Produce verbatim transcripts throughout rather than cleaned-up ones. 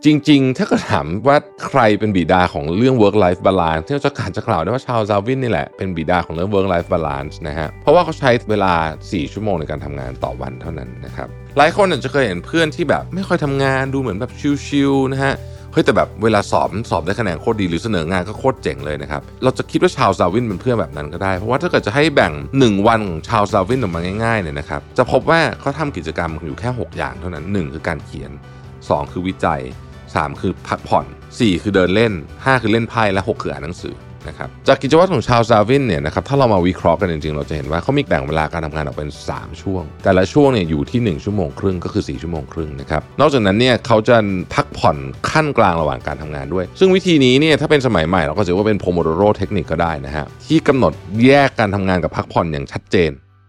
จริงๆถ้าก็ถามว่าใครเป็นบิดาของเรื่อง work life balance ที่เราจะการจะกล่าวได้ว่าชาร์ลส์ ดาร์วินนี่แหละเป็นบิดาของเรื่อง work life balance นะฮะเพราะว่าเขาใช้เวลาสี่ชั่วโมงในการทำงานต่อวันเท่านั้นนะครับหลายคนอาจจะเคยเห็นเพื่อนที่แบบไม่ค่อยทำงานดูเหมือนแบบชิลๆนะฮะเฮ้ยแต่แบบเวลาสอบสอบได้คะแนนโคตรดีหรือเสนองานก็โคตรเจ๋งเลยนะครับเราจะคิดว่าชาร์ลส์ ดาร์วินเป็นเพื่อนแบบนั้นก็ได้เพราะว่าถ้าเกิดจะให้แบ่งหนึ่งวันของชาร์ลส์ ดาร์วินออกมาง่ายๆเนี่ยนะครับจะพบว่าเขาทำกิจกรรมอยู่แค่หกอย่างเท่านั้นหนึ่งคือการเขียนสองคือวิจัยสามคือพักผ่อนสี่คือเดินเล่นห้าคือเล่นไพ่และหกคืออ่านหนังสือนะครับจากกิจวัตรของชาร์ลส์ ดาร์วินเนี่ยนะครับถ้าเรามาวิเคราะห์กันจริงๆเราจะเห็นว่าเขามีแบ่งเวลาการทำงานออกเป็นสามช่วงแต่ละช่วงเนี่ยอยู่ที่หนึ่งชั่วโมงครึ่งก็คือสี่ชั่วโมงครึ่งนะครับนอกจากนั้นเนี่ยเขาจะพักผ่อนขั้นกลางระหว่างการทำงานด้วยซึ่งวิธีนี้เนี่ยถ้าเป็นสมัยใหม่เราก็จะเรียกว่าเป็นโพโมโดโรเทคนิคก็ได้นะฮะที่กำหนดแยกการทำงานกับพักผ่อนอย่างชัดเจน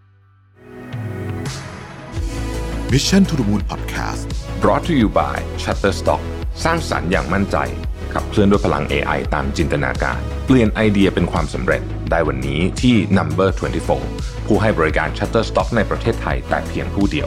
Mission to the Moon Podcast brought to you by Shutterstock สร้างสรรค์อย่างมั่นใจขับเคลื่อนด้วยพลัง เอ ไอ ตามจินตนาการเปลี่ยนไอเดียเป็นความสำเร็จได้วันนี้ที่ Number ยี่สิบสี่ ผู้ให้บริการ Shutterstock ในประเทศไทยแต่เพียงผู้เดียว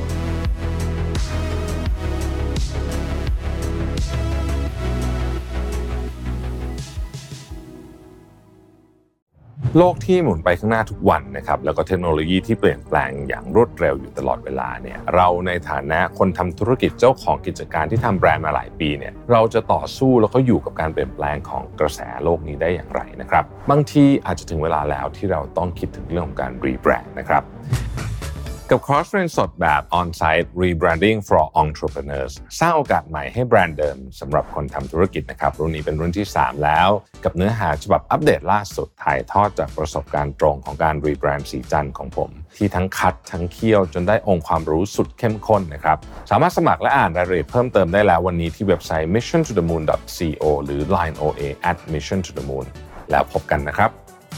โลกที่หมุนไปข้างหน้าทุกวันนะครับแล้วก็เทคโนโลยีที่เปลี่ยนแปลงอย่างรวดเร็วอยู่ตลอดเวลาเนี่ยเราในฐานะคนทำธุรกิจเจ้าของกิจการที่ทำแบรนด์มาหลายปีเนี่ยเราจะต่อสู้แล้วก็อยู่กับการเปลี่ยนแปลงของกระแสโลกนี้ได้อย่างไรนะครับบางทีอาจจะถึงเวลาแล้วที่เราต้องคิดถึงเรื่องของการรีแบรนด์นะครับกับคอร์สเรียนสดแบบ On-site Rebranding for Entrepreneurs สร้างโอกาสใหม่ให้แบรนด์เดิมสำหรับคนทำธุรกิจนะครับรุ่นนี้เป็นรุ่นที่สามแล้วกับเนื้อหาฉบับอัปเดตล่าสุดถ่ายทอดจากประสบการณ์ตรงของการรีแบรนด์สีจันทร์ของผมที่ทั้งคัดทั้งเคี่ยวจนได้องค์ความรู้สุดเข้มข้นนะครับสามารถสมัครและอ่านรายละเอียดเพิ่มเติมได้แล้ววันนี้ที่เว็บไซต์ มิชชั่น ทู เดอะ มูน ดอท ซี โอ หรือ ไลน์ โอ เอ แอท มิชชั่น ทู เดอะ มูน แล้วพบกันนะครับ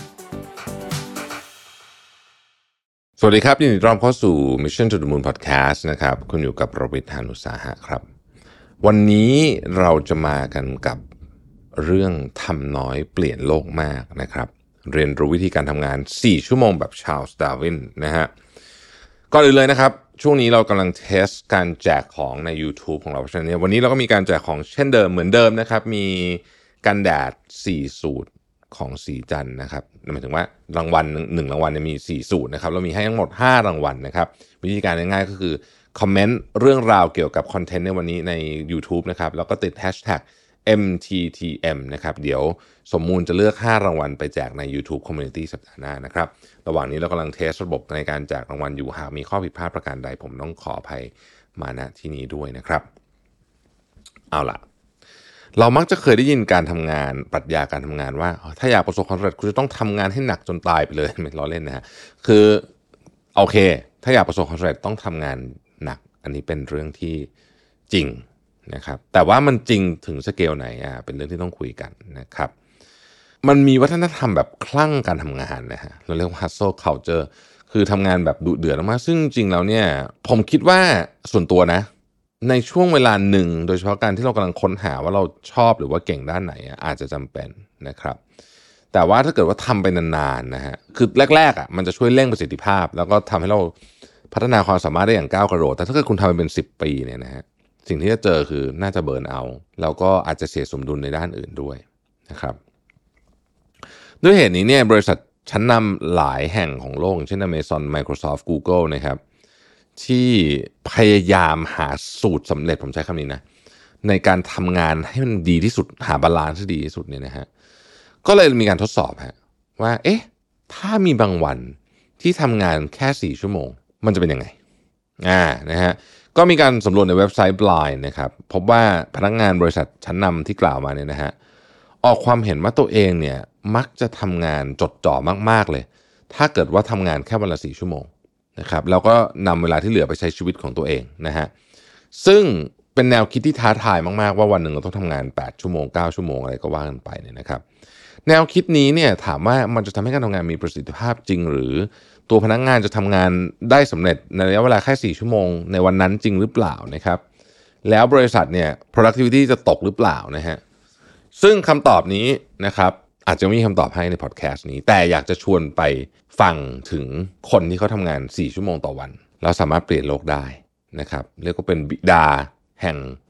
สวัสดีครับยินดีต้อนรับเข้าสู่ Mission to the Moon Podcast นะครับคุณอยู่กับประวิทย์ หาญอุตสาหะครับวันนี้เราจะมากันกับเรื่องทำน้อยเปลี่ยนโลกมากนะครับเรียนรู้วิธีการทำงานสี่ชั่วโมงแบบชาร์ลส์ ดาร์วินนะฮะก่อนอื่นเลยนะครับช่วงนี้เรากำลังเทสการแจกของใน YouTube ของเราเพราะฉะนั้นวันนี้เราก็มีการแจกของเช่นเดิมเหมือนเดิมนะครับมีกันแดดสี่สูตรของสีจันทร์นะครับหมายถึงว่ารางวัลหนึ่งรางวัลเนี่ยมีสี่สูตรนะครับเรามีให้ทั้งหมดห้ารางวัลนะครับวิธีการง่ายๆก็คือคอมเมนต์เรื่องราวเกี่ยวกับคอนเทนต์ในวันนี้ใน YouTube นะครับแล้วก็ติด แฮชแท็ก เอ็ม ที ที เอ็ม นะครับเดี๋ยวสมมูลจะเลือกห้ารางวัลไปแจกใน YouTube Community สัปดาห์หน้านะครับระหว่างนี้เรากำลังเทสระบบในการแจกรางวัลอยู่หากมีข้อผิดพลาดประการใดผมต้องขออภัยมาณที่นี้ด้วยนะครับเอาล่ะเรามักจะเคยได้ยินการทำงานปรัชญาการทำงานว่าถ้าอยากประสบความสำเร็จคุณจะต้องทำงานให้หนักจนตายไปเลยไม่ล้อเล่นนะฮะคือโอเคถ้าอยากประสบความสำเร็จต้องทำงานหนักอันนี้เป็นเรื่องที่จริงนะครับแต่ว่ามันจริงถึงสเกลไหนอ่ะเป็นเรื่องที่ต้องคุยกันนะครับมันมีวัฒนธรรมแบบคลั่งการทำงานนะฮะเราเรียกว่า hustle culture คือทำงานแบบดุเดือดมากซึ่งจริงแล้วเนี่ยผมคิดว่าส่วนตัวนะในช่วงเวลาหนึ่งโดยเฉพาะการที่เรากำลังค้นหาว่าเราชอบหรือว่าเก่งด้านไหนอาจจะจำเป็นนะครับแต่ว่าถ้าเกิดว่าทำไปนานๆนะฮะคือแรกๆอ่ะมันจะช่วยเร่งประสิทธิภาพแล้วก็ทำให้เราพัฒนาความสามารถได้อย่างก้าวกระโดดแต่ถ้าเกิดคุณทำไปเป็นสิบปีเนี่ยนะฮะสิ่งที่จะเจอคือน่าจะเบิร์นเอาแล้วก็อาจจะเสียสมดุลในด้านอื่นด้วยนะครับด้วยเหตุนี้เนี่ยบริษัทชั้นนำหลายแห่งของโลกเช่น Amazon Microsoft Google นะครับที่พยายามหาสูตรสำเร็จผมใช้คำนี้นะในการทำงานให้มันดีที่สุดหาบาลานซ์ที่ดีที่สุดเนี่ยนะฮะก็เลยมีการทดสอบฮะว่าเอ๊ะถ้ามีบางวันที่ทำงานแค่สี่ชั่วโมงมันจะเป็นยังไงอ่านะฮะก็มีการสำรวจในเว็บไซต์ Blind นะครับพบว่าพนักงานบริษัทชั้นนำที่กล่าวมาเนี่ยนะฮะออกความเห็นว่าตัวเองเนี่ยมักจะทำงานจดจ่อมากๆเลยถ้าเกิดว่าทำงานแค่วันละสี่ชั่วโมงนะครับแล้วก็นำเวลาที่เหลือไปใช้ชีวิตของตัวเองนะฮะซึ่งเป็นแนวคิดที่ท้าทายมากๆว่าวันหนึ่งเราต้องทำงานแปดชั่วโมงเก้าชั่วโมงอะไรก็ว่ากันไปเนี่ยนะครับแนวคิดนี้เนี่ยถามว่ามันจะทำให้การทำงานมีประสิทธิภาพจริงหรือตัวพนักงานจะทำงานได้สำเร็จในระยะเวลาแค่สี่ชั่วโมงในวันนั้นจริงหรือเปล่านะครับแล้วบริษัทเนี่ย productivity จะตกหรือเปล่านะฮะซึ่งคำตอบนี้นะครับอาจจะไม่มีคำตอบให้ในพอดแคสต์นี้แต่อยากจะชวนไปฟังถึงคนที่เขาทำงานสี่ชั่วโมงต่อวันเราสามารถเปลี่ยนโลกได้นะครับเรียกว่าเป็นบิดาแห่ง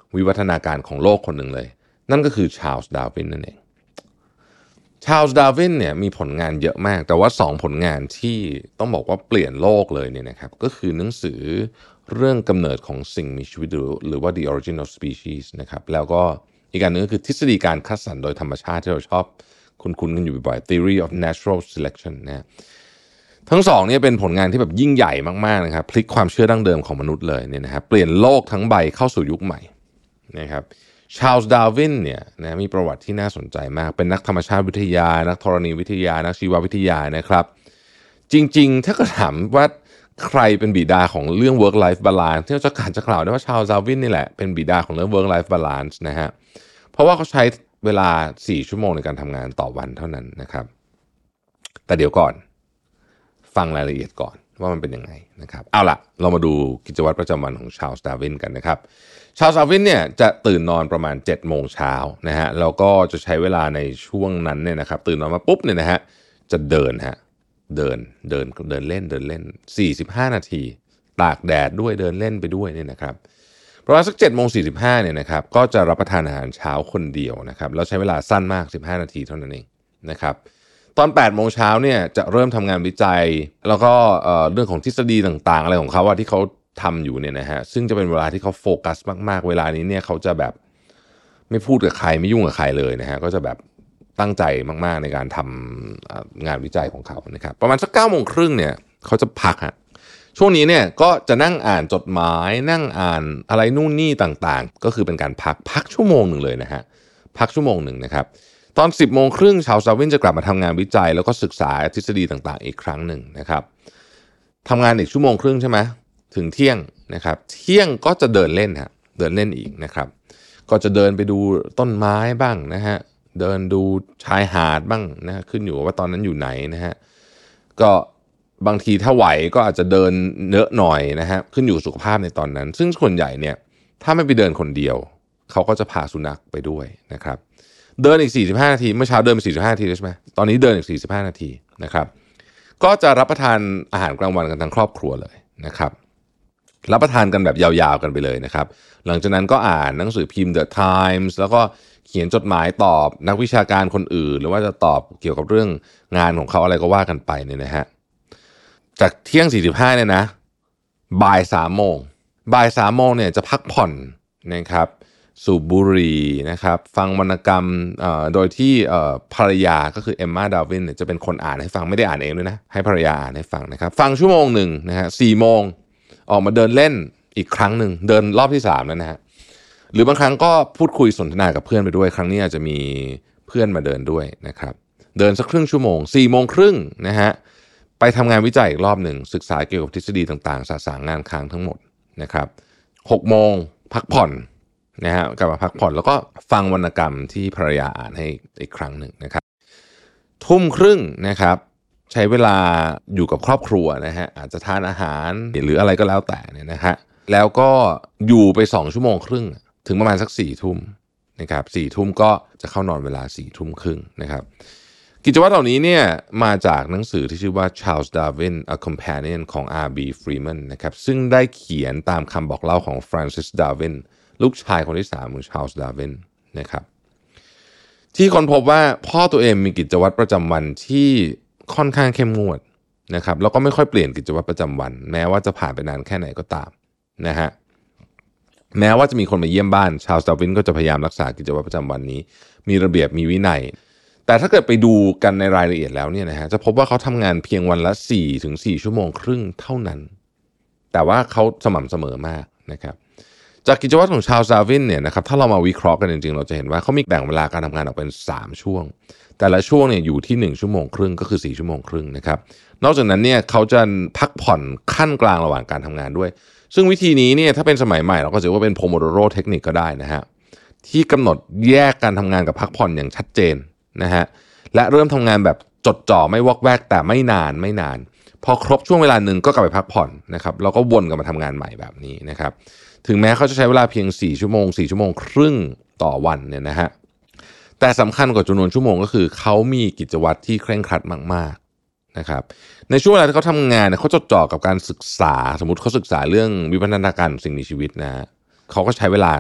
วิวัฒนาการของโลกคนหนึ่งเลยนั่นก็คือชาร์ลส์ดาร์วินนั่นเองชาร์ลส์ดาร์วินเนี่ยมีผลงานเยอะมากแต่ว่าสองผลงานที่ต้องบอกว่าเปลี่ยนโลกเลยเนี่ยนะครับก็คือหนังสือเรื่องกำเนิดของสิ่งมีชีวิตหรือว่า The Origin of Species นะครับแล้วก็อีกอันนึงก็คือทฤษฎีการคัดสรรโดยธรรมชาติที่เราชอบคุ้นๆกันอยู่บ่อยๆ Theory of Natural Selection นะทั้งสองนี่เป็นผลงานที่แบบยิ่งใหญ่มากๆนะครับพลิกความเชื่อดั้งเดิมของมนุษย์เลยเนี่ยนะครับเปลี่ยนโลกทั้งใบเข้าสู่ยุคใหม่นะครับชาร์ลส์ดาร์วินเนี่ยนะมีประวัติที่น่าสนใจมากเป็นนักธรรมชาติวิทยานักธรณีวิทยานักชีววิทยานะครับจริงๆถ้าก็ถามว่าใครเป็นบิดาของเรื่อง work life balance ที่เราจะการจะกล่าวได้ว่าชาร์ลส์ดาร์วินนี่แหละเป็นบิดาของเรื่อง work life balance นะฮะเพราะว่าเขาใช้เวลาสี่ชั่วโมงในการทำงานต่อวันเท่านั้นนะครับแต่เดี๋ยวก่อนฟังรายละเอียดก่อนว่ามันเป็นยังไงนะครับเอาล่ะเรามาดูกิจวัตรประจำวันของชาร์ลส์ดาร์วินกันนะครับชาร์ลส์ดาร์วินเนี่ยจะตื่นนอนประมาณเจ็ดโมงเช้านะฮะแล้วก็จะใช้เวลาในช่วงนั้นเนี่ยนะครับตื่นนอนมาปุ๊บเนี่ยนะฮะจะเดินฮะเดินเดินเดินเล่นเดินเล่นสี่สิบห้านาทีตากแดดด้วยเดินเล่นไปด้วยเนี่ยนะครับประมาณสักเจ็ดโมงสี่สิบห้าเนี่ยนะครับก็จะรับประทานอาหารเช้าคนเดียวนะครับแล้วใช้เวลาสั้นมากสิบห้านาทีเท่านั้นเองนะครับตอนแปดโมงเช้าเนี่ยจะเริ่มทำงานวิจัยแล้วก็เอ่อเรื่องของทฤษฎีต่างๆอะไรของเขาว่าที่เขาทำอยู่เนี่ยนะฮะซึ่งจะเป็นเวลาที่เขาโฟกัสมากๆเวลานี้เนี่ยเขาจะแบบไม่พูดกับใครไม่ยุ่งกับใครเลยนะฮะก็จะแบบตั้งใจมากๆในการทำงานวิจัยของเขานะครับประมาณสักเก้าโมงครึ่งเนี่ยเขาจะพักฮะช่วงนี้เนี่ยก็จะนั่งอ่านจดหมายนั่งอ่านอะไรนู่นนี่ต่างๆก็คือเป็นการพักพักชั่วโมงหนึ่งเลยนะฮะพักชั่วโมงหนึ่งนะครับตอนสิบโมงครึ่งชาร์ลส์ดาร์วินจะกลับมาทำงานวิจัยแล้วก็ศึกษาทฤษฎีต่างๆอีกครั้งหนึ่งนะครับทำงานอีกชั่วโมงครึ่งใช่ไหมถึงเที่ยงนะครับเที่ยงก็จะเดินเล่นฮะเดินเล่นอีกนะครับก็จะเดินไปดูต้นไม้บ้างนะฮะเดินดูชายหาดบ้างนะฮะขึ้นอยู่ว่าตอนนั้นอยู่ไหนนะฮะก็บางทีถ้าไหวก็อาจจะเดินเยอะหน่อยนะฮะขึ้นอยู่สุขภาพในตอนนั้นซึ่งส่วนใหญ่เนี่ยถ้าไม่ไปเดินคนเดียวเขาก็จะพาสุนัขไปด้วยนะครับเดินอีกสี่สิบห้านาทีเมื่อเช้าเดินไปสี่สิบห้านาทีใช่ไหมตอนนี้เดินอีกสี่สิบห้านาทีนะครับก็จะรับประทานอาหารกลางวันกันทั้งครอบครัวเลยนะครับรับประทานกันแบบยาวๆกันไปเลยนะครับหลังจากนั้นก็อ่านหนังสือพิมพ์ The Times แล้วก็เขียนจดหมายตอบนักวิชาการคนอื่นหรือว่าจะตอบเกี่ยวกับเรื่องงานของเขาอะไรก็ว่ากันไปเนี่ยนะฮะจากเที่ยงสี่สิบห้าเนี่ยนะบ่ายสามโมงบ่ายสามโมงเนี่ยจะพักผ่อนนะครับสูบบุหรี่นะครับฟังวรรณกรรมโดยที่ภรรยาก็คือเอมม่าดาวินเนี่ยจะเป็นคนอ่านให้ฟังไม่ได้อ่านเองด้วยนะให้ภรรยาอ่านให้ฟังนะครับฟังชั่วโมงหนึ่งนะฮะสี่โมงออกมาเดินเล่นอีกครั้งหนึ่งเดินรอบที่สามแล้วนะฮะหรือบางครั้งก็พูดคุยสนทนากับเพื่อนไปด้วยครั้งนี้อาจจะมีเพื่อนมาเดินด้วยนะครับเดินสักครึ่งชั่วโมงสี่โมงครึ่งนะฮะไปทำงานวิจัยอีกรอบหนึ่งศึกษาเกี่ยวกับทฤษฎีต่างๆสะสางงานค้างทั้งหมดนะครับหกโมงพักผ่อนนะฮะกลับมาพักผ่อนแล้วก็ฟังวรรณกรรมที่ภรรยาอ่านให้อีกครั้งหนึ่งนะครับทุ่มครึ่งนะครับใช้เวลาอยู่กับครอบครัวนะฮะอาจจะทานอาหารหรืออะไรก็แล้วแต่เนี่ยนะฮะแล้วก็อยู่ไปสองชั่วโมงครึ่งถึงประมาณสักสี่ทุ่มนะครับสี่ทุ่มก็จะเข้านอนเวลาสี่ทุ่มครึ่งนะครับกิจวัตรเหล่านี้เนี่ยมาจากหนังสือที่ชื่อว่า Charles Darwin A Companion ของ อาร์ บี Freeman นะครับซึ่งได้เขียนตามคำบอกเล่าของ Francis Darwin ลูกชายคนที่สามของ Charles Darwin นะครับที่ค้นพบว่าพ่อตัวเองมีกิจวัตรประจำวันที่ค่อนข้างเข้มงวดนะครับแล้วก็ไม่ค่อยเปลี่ยนกิจวัตรประจำวันแม้ว่าจะผ่านไปนานแค่ไหนก็ตามนะฮะแม้ว่าจะมีคนมาเยี่ยมบ้านชาร์ลส์ ดาร์วินก็จะพยายามรักษากิจวัตรประจำวันนี้มีระเบียบมีวินัยแต่ถ้าเกิดไปดูกันในรายละเอียดแล้วเนี่ยนะฮะจะพบว่าเขาทำงานเพียงวันละ สี่ถึงสี่ ชั่วโมงครึ่งเท่านั้นแต่ว่าเขาสม่ำเสมอมากนะครับจากกิจวัตรของชาร์ลส์ ดาร์วินเนี่ยนะครับถ้าเรามาวิเคราะห์กันจริงๆเราจะเห็นว่าเขามีแบ่งเวลาการทำงานออกเป็นสามช่วงแต่ละช่วงเนี่ยอยู่ที่หนึ่งชั่วโมงครึ่งก็คือสี่ชั่วโมงครึ่งนะครับนอกจากนั้นเนี่ยเขาจะพักผ่อนขั้นกลางระหว่างการทำงานด้วยซึ่งวิธีนี้เนี่ยถ้าเป็นสมัยใหม่เราก็จะเรียกว่าเป็นโพโมโดโรเทคนิคก็ได้นะฮะที่กำหนดแยกการทำงานกับพักผ่อนอย่างชัดเจนนะฮะและเริ่มทำงานแบบจดจ่อไม่วอกแวกแต่ไม่นานไม่นานพอครบช่วงเวลาหนึ่งก็กลับไปพักผ่อนนะครับแล้วก็วนกลับมาทำงานใหม่แบบนี้นะครับถึงแม้เขาจะใช้เวลาเพียงสี่ชั่วโมงสี่ชั่วโมงครึ่งต่อวันเนี่ยนะฮะแต่สำคัญกว่าจำนวนชั่วโมงก็คือเขามีกิจวัตรที่เคร่งครัดมากๆนะครับในช่วงเวลาที่เขาทำงานเนี่ยเขาจดจ่อกับการศึกษาสมมติเขาศึกษาเรื่องวิวัฒนาการสิ่งมีชีวิตนะเขาก็ใช้เวลา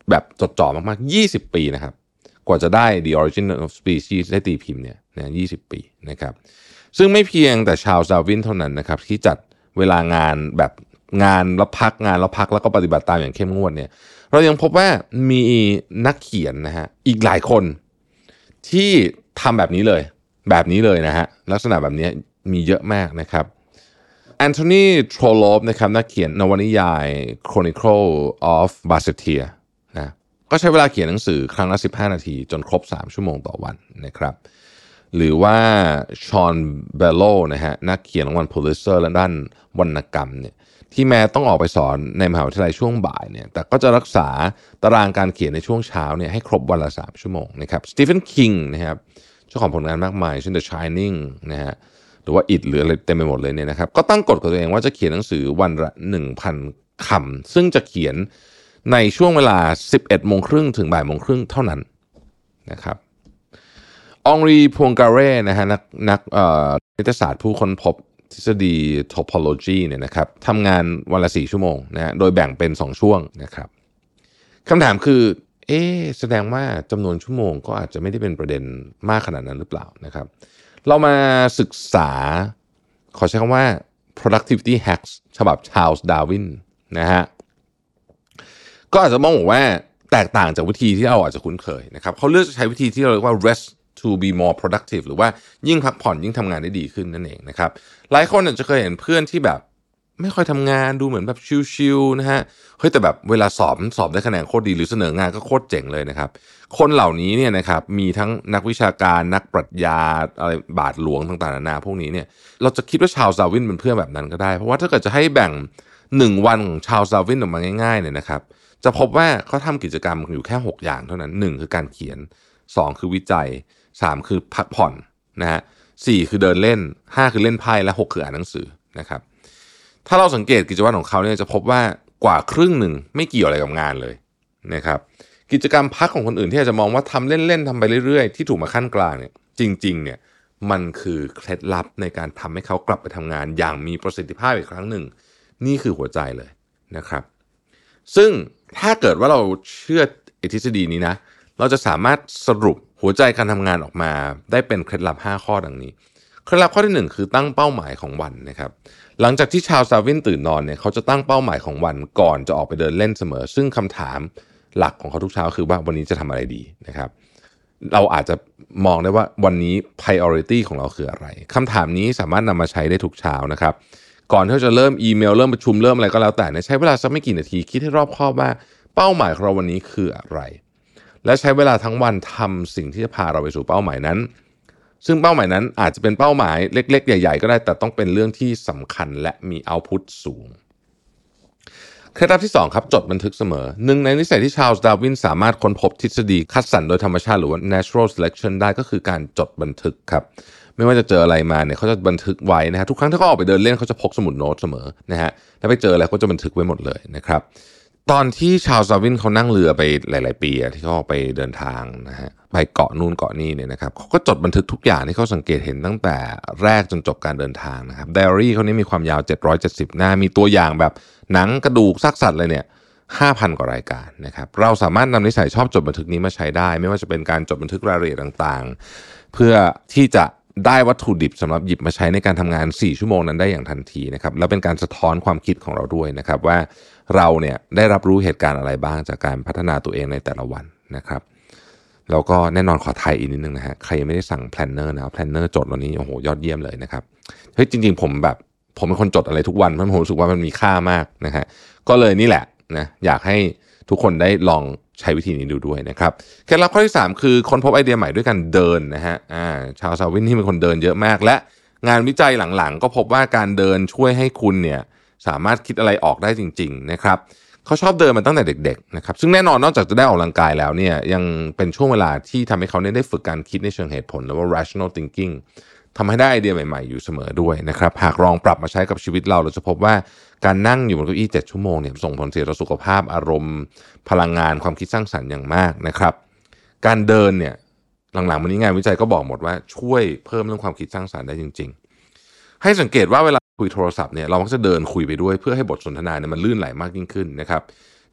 แบบจดจ่อมากๆยี่สิบปีนะครับกว่าจะได้ The Origin of Species ได้ตีพิมพ์เนี่ยนะยี่สิบปีนะครับซึ่งไม่เพียงแต่ชาร์ลส์ดาร์วินเท่านั้นนะครับที่จัดเวลางานแบบงานแล้วพักงานแล้วพักแล้วก็ปฏิบัติตามอย่างเข้มงวดเนี่ยเรายังพบว่ามีนักเขียนนะฮะอีกหลายคนที่ทำแบบนี้เลยแบบนี้เลยนะฮะลักษณะแบบนี้มีเยอะมากนะครับแอนโทนีโทรโลฟนะครับนักเขียนนวนิยาย Chronicle of Basseterre นะก็ใช้เวลาเขียนหนังสือครั้งละสิบห้านาทีจนครบสามชั่วโมงต่อวันนะครับหรือว่าชอนเบลโลนะฮะนักเขียนรางวัลพูลิตเซอร์และด้านวรรณกรรมเนี่ยที่แม้ต้องออกไปสอนในมหาวิทยาลัยช่วงบ่ายเนี่ยแต่ก็จะรักษาตารางการเขียนในช่วงเช้าเนี่ยให้ครบวันละสามชั่วโมงนะครับสตีเฟนคิงนะครับเจ้าของผลงานมากมายเช่น The Shining นะฮะหรือว่า It หรืออะไรเต็มไปหมดเลยเนี่ยนะครับก็ตั้งกฎกับตัวเองว่าจะเขียนหนังสือวันละ หนึ่งพัน คำซึ่งจะเขียนในช่วงเวลา สิบเอ็ดโมงครึ่งถึงบ่ายโมงครึ่งเท่านั้นนะครับองรีพวงการ่นะฮะนักนักนิติศาสตร์ผู้ค้นพบทฤษฎี topology เนี่ยนะครับทำงานวันละสี่ชั่วโมงนะฮะโดยแบ่งเป็นสองช่วงนะครับคำถามคือเอ๊ะแสดงว่าจำนวนชั่วโมงก็อาจจะไม่ได้เป็นประเด็นมากขนาดนั้นหรือเปล่านะครับเรามาศึกษาขอใช้คำว่า productivity hacks ฉบับ Charles Darwin นะฮะก็อาจจะมองว่าแตกต่างจากวิธีที่เราอาจจะคุ้นเคยนะครับเขาเลือกจะใช้วิธีที่เราเรียกว่า rest to be more productive หรือว่ายิ่งพักผ่อนยิ่งทำงานได้ดีขึ้นนั่นเองนะครับหลายคนอาจจะเคยเห็นเพื่อนที่แบบไม่ค่อยทำงานดูเหมือนแบบชิลๆนะฮะเฮ้ยแต่แบบเวลาสอบสอบได้คะแนนโคตรดีหรือเสนองานก็โคตรเจ๋งเลยนะครับคนเหล่านี้เนี่ยนะครับมีทั้งนักวิชาการนักปรัชญาอะไรบาทหลวงต่างๆนานาพวกนี้เนี่ยเราจะคิดว่าชาร์ลส์ดาร์วินเป็นเพื่อนแบบนั้นก็ได้เพราะว่าถ้าเกิดจะให้แบ่งหนึ่งวันของชาร์ลส์ดาร์วินออกมาง่ายๆเนี่ยนะครับจะพบว่าเขาทำกิจกรรมอยู่แค่หกอย่างเท่านั้นหนึ่งคือการเขียนสองคือวิจัยสามคือพักผ่อนนะฮะสี่คือเดินเล่นห้าคือเล่นไพ่และหกคืออ่านหนังสือนะครับถ้าเราสังเกตกิจวัตรของเขาเนี่ยจะพบว่ากว่าครึ่งหนึ่งไม่เกี่ยวอะไรกับงานเลยนะครับกิจกรรมพักของคนอื่นที่อาจจะมองว่าทำเล่นๆทำไปเรื่อยๆที่ถูกมาขั้นกลางเนี่ยจริงๆเนี่ยมันคือเคล็ดลับในการทำให้เขากลับไปทำงานอย่างมีประสิทธิภาพอีกครั้งหนึ่งนี่คือหัวใจเลยนะครับซึ่งถ้าเกิดว่าเราเชื่อทฤษฎีนี้นะเราจะสามารถสรุปหัวใจการทำงานออกมาได้เป็นเคล็ดลับห้าข้อดังนี้เคล็ดลับข้อที่หนึ่งคือตั้งเป้าหมายของวันนะครับหลังจากที่ชาร์ลส์ ดาร์วินตื่นนอนเนี่ยเขาจะตั้งเป้าหมายของวันก่อนจะออกไปเดินเล่นเสมอซึ่งคำถามหลักของเขาทุกเช้าคือว่าวันนี้จะทำอะไรดีนะครับเราอาจจะมองได้ว่าวันนี้ priority ของเราคืออะไรคำถามนี้สามารถนำมาใช้ได้ทุกเช้านะครับก่อนที่จะเริ่มอีเมลเริ่มประชุมเริ่มอะไรก็แล้วแต่เนี่ยใช้เวลาสักไม่กี่นาทีคิดให้รอบคอบว่าเป้าหมายของเราวันนี้คืออะไรและใช้เวลาทั้งวันทำสิ่งที่จะพาเราไปสู่เป้าหมายนั้นซึ่งเป้าหมายนั้นอาจจะเป็นเป้าหมายเล็กๆใหญ่ๆก็ได้แต่ต้องเป็นเรื่องที่สำคัญและมีเอาท์พุตสูงเคล็ดลับที่สองครับจดบันทึกเสมอหนึ่งในนิสัยที่ชาร์ลส์ ดาร์วินสามารถค้นพบทฤษฎีคัดสรรโดยธรรมชาติหรือว่า natural selection ได้ก็คือการจดบันทึกครับไม่ว่าจะเจออะไรมาเนี่ยเขาจะบันทึกไว้นะฮะทุกครั้งที่เขาออกไปเดินเล่นเขาจะพกสมุดโน้ตเสมอนะฮะแล้วไปเจออะไรเขาจะบันทึกไว้หมดเลยนะครับตอนที่ชาร์ลส์ ดาร์วินเขานั่งเรือไปหลายๆปีที่เขาไปเดินทางนะฮะไปเกาะนู่นเกาะนี่เนี่ยนะครับเขาก็จดบันทึกทุกอย่างที่เขาสังเกตเห็นตั้งแต่แรกจนจบการเดินทางนะครับไดอารี่เขานี่มีความยาวเจ็ดร้อยเจ็ดสิบหน้ามีตัวอย่างแบบหนังกระดูกซากสัตว์เลยเนี่ย ห้าพัน กว่ารายการนะครับเราสามารถนำนิสัยชอบจดบันทึกนี้มาใช้ได้ไม่ว่าจะเป็นการจดบันทึกรายละเอียดต่างๆเพื่อที่จะได้วัตถุดิบสำหรับหยิบมาใช้ในการทำงานสี่ชั่วโมงนั้นได้อย่างทันทีนะครับแล้วเป็นการสะท้อนความคิดของเราด้วยนะครับว่าเราเนี่ยได้รับรู้เหตุการณ์อะไรบ้างจากการพัฒนาตัวเองในแต่ละวันนะครับแล้วก็แน่นอนขอไทยอีกนิดนึงนะฮะใครไม่ได้สั่งแพลนเนอร์นะแพลนเนอร์จดวันนี้โอ้โหยอดเยี่ยมเลยนะครับเฮ้ยจริงๆผมแบบผมเป็นคนจดอะไรทุกวันเพราะผมรู้สึกว่ามันมีค่ามากนะฮะก็เลยนี่แหละนะอยากให้ทุกคนได้ลองใช้วิธีนี้ดูด้วยนะครับเคล็ดลับข้อที่สามคือคนพบไอเดียใหม่ด้วยการเดินนะฮะอ่าชาร์ลส์ ดาร์วินที่เป็นคนเดินเยอะมากและงานวิจัยหลังๆก็พบว่าการเดินช่วยให้คุณเนี่ยสามารถคิดอะไรออกได้จริงๆนะครับเขาชอบเดินมาตั้งแต่เด็กๆนะครับซึ่งแน่นอนนอกจากจะได้ออกกำลังกายแล้วเนี่ยยังเป็นช่วงเวลาที่ทำให้เขาได้ฝึกการคิดในเชิงเหตุผลหรือว่า rational thinking ทำให้ได้ไอเดียใหม่ๆอยู่เสมอด้วยนะครับหากลองปรับมาใช้กับชีวิตเราเราจะพบว่าการนั่งอยู่บนเก้าอี้เจ็ดชั่วโมงเนี่ยส่งผลเสียต่อสุขภาพอารมณ์พลังงานความคิดสร้างสรรค์อย่างมากนะครับการเดินเนี่ยหลังๆวันนี้งานวิจัยก็บอกหมดว่าช่วยเพิ่มเรื่องความคิดสร้างสรรค์ได้จริงๆให้สังเกตว่าเวลาคุยโทรศัพท์เนี่ยเรามักจะเดินคุยไปด้วยเพื่อให้บทสนทนาเนี่ยมันลื่นไหลมากยิ่งขึ้นนะครับ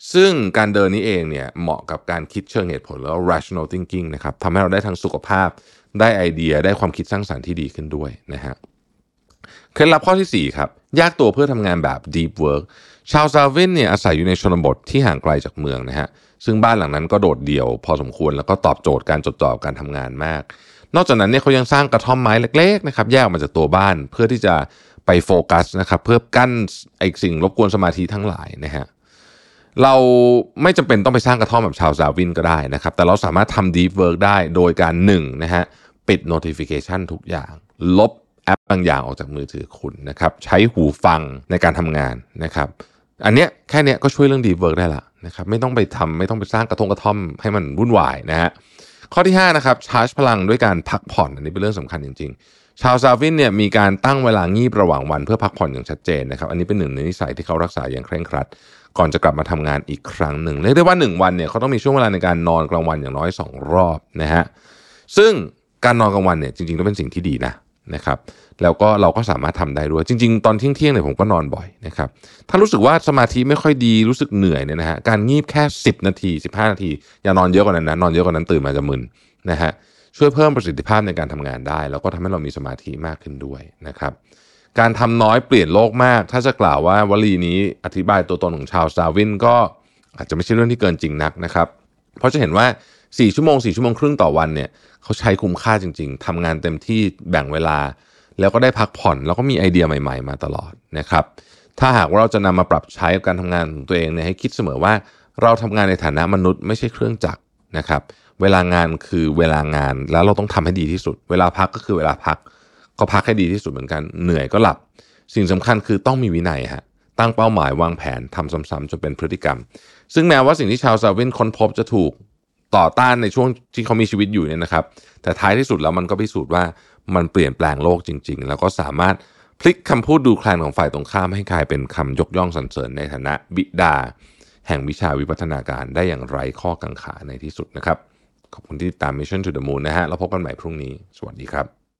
ซึ่งการเดินนี้เองเนี่ยเหมาะกับการคิดเชิงเหตุผลแล้ว rational thinking นะครับทำให้เราได้ทั้งสุขภาพได้ไอเดียได้ความคิดสร้างสรรค์ที่ดีขึ้นด้วยนะฮะเคล็ดลับข้อที่สี่ครับแยกตัวเพื่อทำงานแบบ deep work ชาร์ลส์ ดาร์วินเนี่ยอาศัยอยู่ในชนบทที่ห่างไกลจากเมืองนะฮะซึ่งบ้านหลังนั้นก็โดดเดี่ยวพอสมควรแล้วก็ตอบโจทย์การจดจ่อการทำงานมากนอกจากนั้นเนี่ยเขายังสร้างกระท่อมไม้เล็กๆนะครับแยกออกมาจากตัวบ้านเพื่อที่จะไปโฟกัสนะครับเพื่อกั้นไอ้สิ่งรบกวนสมาธิทั้งหลายนะฮะเราไม่จำเป็นต้องไปสร้างกระท่อมแบบชาร์ลส์ ดาร์วินก็ได้นะครับแต่เราสามารถทำ deep work ได้โดยการหนึ่งนะฮะปิด notification ทุกอย่างลบแอปบางอย่างออกจากมือถือคุณนะครับใช้หูฟังในการทำงานนะครับอันเนี้ยแค่เนี้ยก็ช่วยเรื่อง deep work ได้ละนะครับไม่ต้องไปทำไม่ต้องไปสร้างกระทงกระท่อมให้มันวุ่นวายนะฮะข้อที่ห้านะครับชาร์จพลังด้วยการพักผ่อนอันนี้เป็นเรื่องสำคัญจริงๆชาร์ลส์ ดาร์วินเนี่ยมีการตั้งเวลางีบระหว่างวันเพื่อพักผ่อนอย่างชัดเจนนะครับอันนี้เป็นหนึ่งในนิสัยที่เขารักษาอย่างเคร่งครัดก่อนจะกลับมาทำงานอีกครั้งหนึ่งเรียกได้ว่าหนึ่งวันเนี่ยเขาต้องมีช่วงเวลาในการนอนกลางวันอย่างน้อยสองรอบนะฮะซึ่งการนอนกลางวันเนี่ยจริงๆต้องเป็นสิ่งที่ดีนะนะครับแล้วก็เราก็สามารถทำได้ด้วยจริงๆตอนเที่ยงๆเนี่ยผมก็นอนบ่อยนะครับถ้ารู้สึกว่าสมาธิไม่ค่อยดีรู้สึกเหนื่อยเนี่ยนะฮะการงีบแค่สิบนาทีสิบห้านาทีอย่านอนเยอะกว่านั้นนะนอนเยอะกว่านั้นตื่นมาจะมึนนะฮะช่วยเพิ่มประสิทธิภาพในการทำงานได้แล้วก็ทำให้เรามีสมาธิมากขึ้นด้วยนะครับการทำน้อยเปลี่ยนโลกมากถ้าจะกล่าวว่าวลีนี้อธิบายตัวตนของชาร์ลส์ ดาร์วินก็อาจจะไม่ใช่เรื่องที่เกินจริงนักนะครับเพราะจะเห็นว่าสี่ชั่วโมงสี่ชั่วโมงครึ่งต่อวันเนี่ยเขาใช้คุ้มค่าจริงๆทำงานเต็มที่แบ่งเวลาแล้วก็ได้พักผ่อนแล้วก็มีไอเดียใหม่ๆมาตลอดนะครับถ้าหากว่าเราจะนำมาปรับใช้กับการทำงานของตัวเองเนี่ยให้คิดเสมอว่าเราทำงานในฐานะมนุษย์ไม่ใช่เครื่องจักรนะครับเวลางานคือเวลางานแล้วเราต้องทำให้ดีที่สุดเวลาพักก็คือเวลาพักก็พักให้ดีที่สุดเหมือนกันเหนื่อยก็หลับสิ่งสำคัญคือต้องมีวินัยฮะตั้งเป้าหมายวางแผนทำซ้ำๆจนเป็นพฤติกรรมซึ่งแม้ว่าสิ่งที่ชาร์ลส์ ดาร์วินค้นพบจะถูกต่อต้านในช่วงที่เขามีชีวิตอยู่เนี่ยนะครับแต่ท้ายที่สุดแล้วมันก็พิสูจน์ว่ามันเปลี่ยนแปลงโลกจริงๆแล้วก็สามารถพลิกคำพูดดูแคลนของฝ่ายตรงข้ามให้กลายเป็นคำยกย่องสรรเสริญในฐานะบิดาแห่งวิชาวิวัฒนาการได้อย่างไร้ข้อกังขาในที่สุดนะครับขอบคุณที่ติดตาม Mission to the Moon นะฮะแล้วพบกันใหม่พรุ่งนี้สวัสดีครับ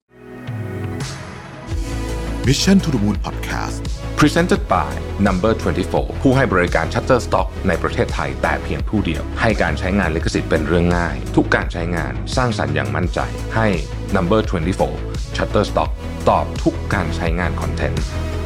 Mission to the Moon Podcast Presented by Number ยี่สิบสี่ ผู้ให้บริการ Shutterstock ในประเทศไทยแต่เพียงผู้เดียวให้การใช้งานลิขสิทธิ์เป็นเรื่องง่ายทุกการใช้งานสร้างสรรค์อย่างมั่นใจให้ Number ยี่สิบสี่ Shutterstock ตอบทุกการใช้งานคอนเทนต์